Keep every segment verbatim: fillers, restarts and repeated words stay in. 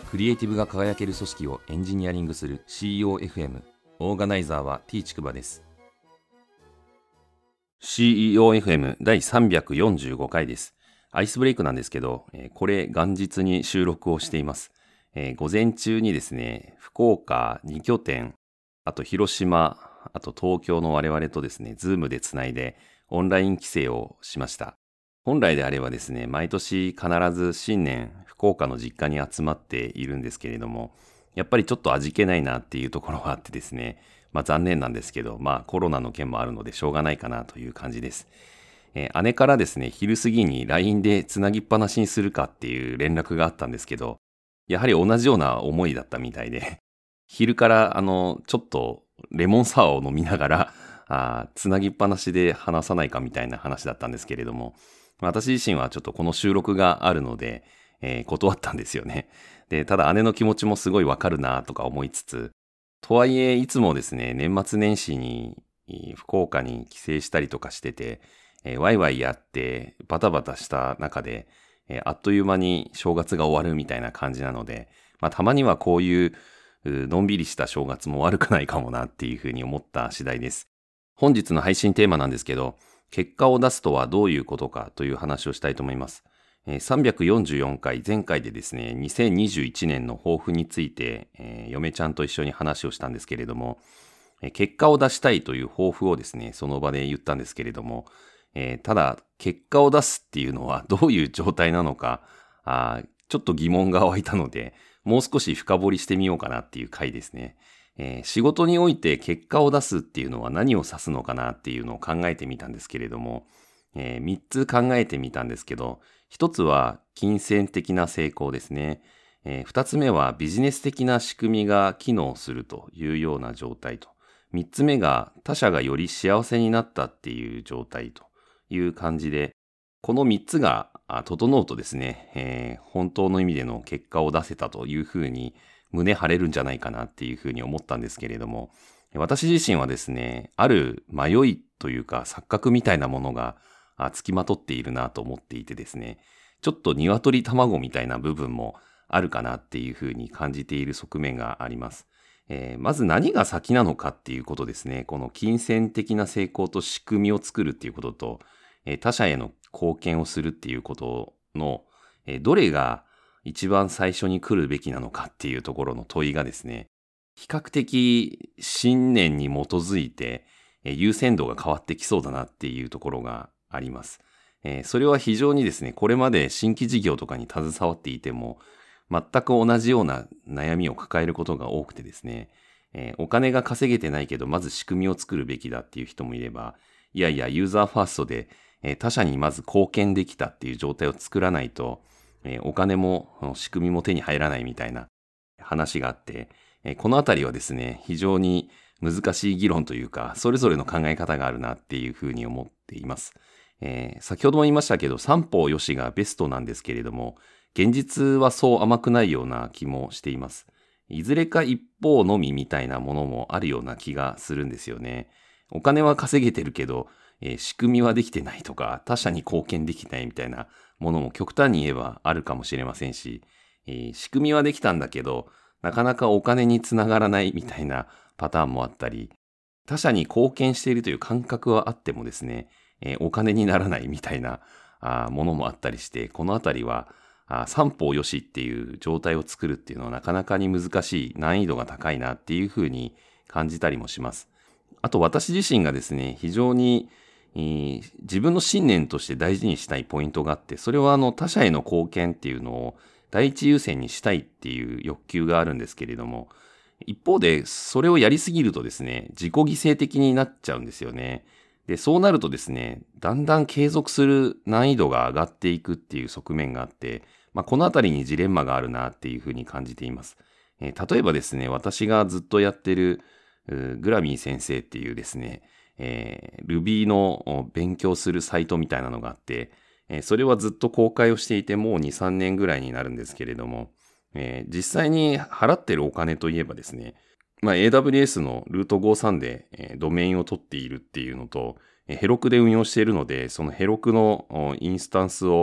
クリエイティブが輝ける組織をエンジニアリングする シーイーオーエフエム。 オーガナイザーは T ちくばです。 シーイーオーエフエム だいさんびゃくよんじゅうごかいです。アイスブレイクなんですけど、これ元日に収録をしています。えー、午前中にですね、福岡に拠点、あと広島、あと東京の我々とですね、ズームでつないでオンライン帰省をしました。本来であればですね、毎年必ず新年福岡の実家に集まっているんですけれども、やっぱりちょっと味気ないなっていうところがあってですね、まあ残念なんですけど、まあコロナの件もあるのでしょうがないかなという感じです。えー姉からですね、昼過ぎに ライン でつなぎっぱなしにするかっていう連絡があったんですけど、やはり同じような思いだったみたいで、昼からあの、ちょっとレモンサワーを飲みながら、あーつなぎっぱなしで話さないかみたいな話だったんですけれども、私自身はちょっとこの収録があるので、えー断ったんですよね。で、ただ姉の気持ちもすごいわかるなとか思いつつ、とはいえいつもですね、年末年始にえー福岡に帰省したりとかしてて、えーワイワイやってバタバタした中で、えーあっという間に正月が終わるみたいな感じなので、まあたまにはこういううのんびりした正月も悪くないかもなっていうふうに思った次第です。本日の配信テーマなんですけど、結果を出すとはどういうことかという話をしたいと思います。えーさんびゃくよんじゅうよんかい、前回でですね、にせんにじゅういちねんの抱負について、えー嫁ちゃんと一緒に話をしたんですけれども、えー結果を出したいという抱負をですね、その場で言ったんですけれども、えーただ、結果を出すっていうのはどういう状態なのか、あーちょっと疑問が湧いたので、もう少し深掘りしてみようかなっていう回ですね。えー仕事において結果を出すっていうのは何を指すのかなっていうのを考えてみたんですけれども、えー、みっつ考えてみたんですけど、ひとつは金銭的な成功ですね。えー、ふたつめはビジネス的な仕組みが機能するというような状態と。みっつめが他者がより幸せになったっていう状態という感じで、このみっつがあ整うとですね、えー本当の意味での結果を出せたというふうに胸張れるんじゃないかなっていうふうに思ったんですけれども、私自身はですね、ある迷いというか錯覚みたいなものがあ付きまとっているなと思っていてですね、ちょっと鶏卵みたいな部分もあるかなっていうふうに感じている側面があります。えーまず何が先なのかっていうことですね。この金銭的な成功と仕組みを作るっていうことと、えー他者への貢献をするっていうことの、えーどれが一番最初に来るべきなのかっていうところの問いがですね、比較的信念に基づいて、えー優先度が変わってきそうだなっていうところがあります。えーそれは非常にですね、これまで新規事業とかに携わっていても、全く同じような悩みを抱えることが多くてですね、えーお金が稼げてないけど、まず仕組みを作るべきだっていう人もいれば、いやいや、ユーザーファーストで、えー他者にまず貢献できたっていう状態を作らないと、えーお金もその仕組みも手に入らないみたいな話があって、えーこのあたりはですね、非常に難しい議論というか、それぞれの考え方があるなっていうふうに思っています。えー先ほども言いましたけど、三方よしがベストなんですけれども、現実はそう甘くないような気もしています。いずれか一方のみみたいなものもあるような気がするんですよね。お金は稼げてるけど、えー仕組みはできてないとか、他者に貢献できないみたいなものも極端に言えばあるかもしれませんし、えー仕組みはできたんだけど、なかなかお金につながらないみたいなパターンもあったり、他者に貢献しているという感覚はあってもですね、えーお金にならないみたいなあーものもあったりして、このあたりはあ三方よしっていう状態を作るっていうのはなかなかに難しい、難易度が高いなっていうふうに感じたりもします。あと私自身がですね、非常にえー自分の信念として大事にしたいポイントがあって、それはあの他者への貢献っていうのを第一優先にしたいっていう欲求があるんですけれども、一方でそれをやりすぎるとですね、自己犠牲的になっちゃうんですよね。で、そうなるとですね、だんだん継続する難易度が上がっていくっていう側面があって、まあ、このあたりにジレンマがあるなっていうふうに感じています。えー例えばですね、私がずっとやってるうーグラミー先生っていうですね、えー Ruby のお勉強するサイトみたいなのがあって、えーそれはずっと公開をしていてもうに、さんねんぐらいになるんですけれども、えー実際に払ってるお金といえばですね、まあ、エーダブリューエス のルートごじゅうさんで、えードメインを取っているっていうのと、えーヘロクで運用しているので、そのヘロクのおインスタンスを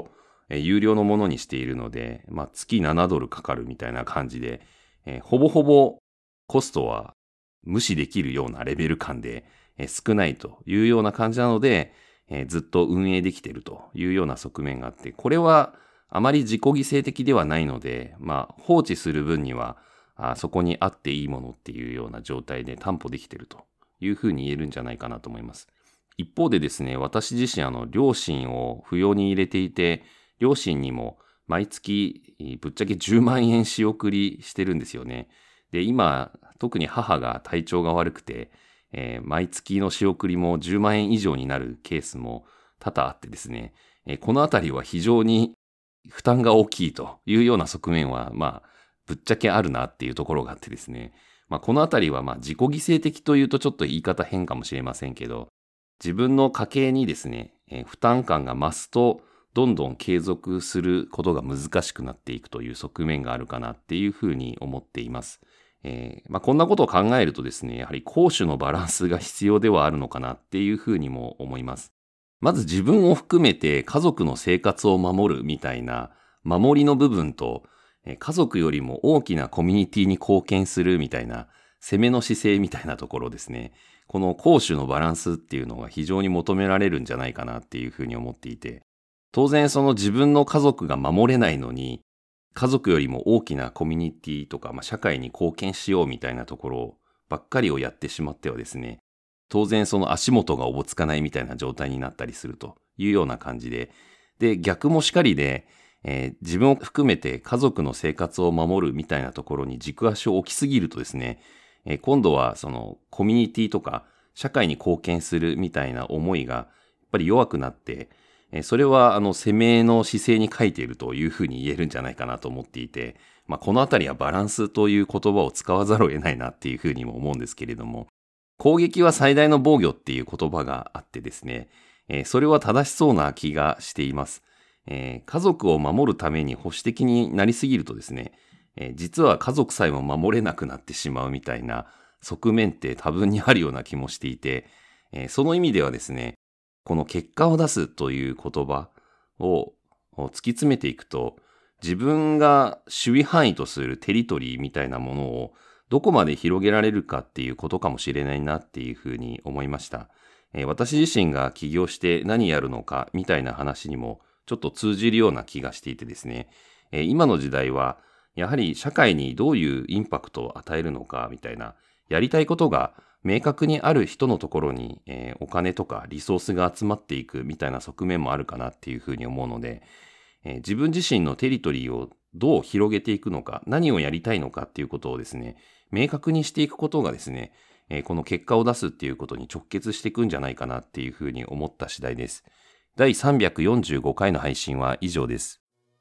えー有料のものにしているので、まあ、月ななドルかかるみたいな感じで、えーほぼほぼコストは無視できるようなレベル感で、えー少ないというような感じなので、えーずっと運営できているというような側面があって、これはあまり自己犠牲的ではないので、まあ、放置する分には、あそこにあっていいものっていうような状態で担保できているというふうに言えるんじゃないかなと思います。一方でですね、私自身、あの、両親を扶養に入れていて、両親にも毎月、ぶっちゃけじゅうまんえん仕送りしてるんですよね。で、今、特に母が体調が悪くて、えー毎月の仕送りもじゅうまんえん以上になるケースも多々あってですね、えーこのあたりは非常に負担が大きいというような側面は、まあ、ぶっちゃけあるなっていうところがあってですね、まあ、このあたりは、まあ、自己犠牲的というとちょっと言い方変かもしれませんけど、自分の家計にですね、えー負担感が増すと、どんどん継続することが難しくなっていくという側面があるかなっていうふうに思っています。えーまあ、こんなことを考えるとですね、やはり攻守のバランスが必要ではあるのかなっていうふうにも思います。まず自分を含めて家族の生活を守るみたいな守りの部分と、えー家族よりも大きなコミュニティに貢献するみたいな攻めの姿勢みたいなところですね。この攻守のバランスっていうのが非常に求められるんじゃないかなっていうふうに思っていて、当然その自分の家族が守れないのに、家族よりも大きなコミュニティとか、まあ、社会に貢献しようみたいなところばっかりをやってしまってはですね、当然その足元がおぼつかないみたいな状態になったりするというような感じで、で、逆もしかりで、えー自分を含めて家族の生活を守るみたいなところに軸足を置きすぎるとですね、えー今度はそのコミュニティとか社会に貢献するみたいな思いがやっぱり弱くなって、えーそれはあの攻めの姿勢に欠いているというふうに言えるんじゃないかなと思っていて、まあ、このあたりはバランスという言葉を使わざるを得ないなっていうふうにも思うんですけれども、攻撃は最大の防御っていう言葉があってですね、えーそれは正しそうな気がしています。えー家族を守るために保守的になりすぎるとですね、えー実は家族さえも守れなくなってしまうみたいな側面って多分にあるような気もしていて、えーその意味ではですね、この結果を出すという言葉をを突き詰めていくと、自分が守備範囲とするテリトリーみたいなものをどこまで広げられるかっていうことかもしれないなっていうふうに思いました。えー私自身が起業して何やるのかみたいな話にもちょっと通じるような気がしていてですね、えー今の時代はやはり社会にどういうインパクトを与えるのかみたいな、やりたいことが明確にある人のところに、えーお金とかリソースが集まっていくみたいな側面もあるかなっていうふうに思うので、えー自分自身のテリトリーをどう広げていくのか、何をやりたいのかっていうことをですね、明確にしていくことがですね、えーこの結果を出すっていうことに直結していくんじゃないかなっていうふうに思った次第です。だいさんびゃくよんじゅうごかいの配信は以上です。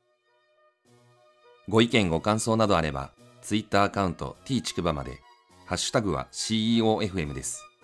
ご意見ご感想などあれば、ツイッターアカウント t ちくばまで、ハッシュタグは シーイーオーエフエム です。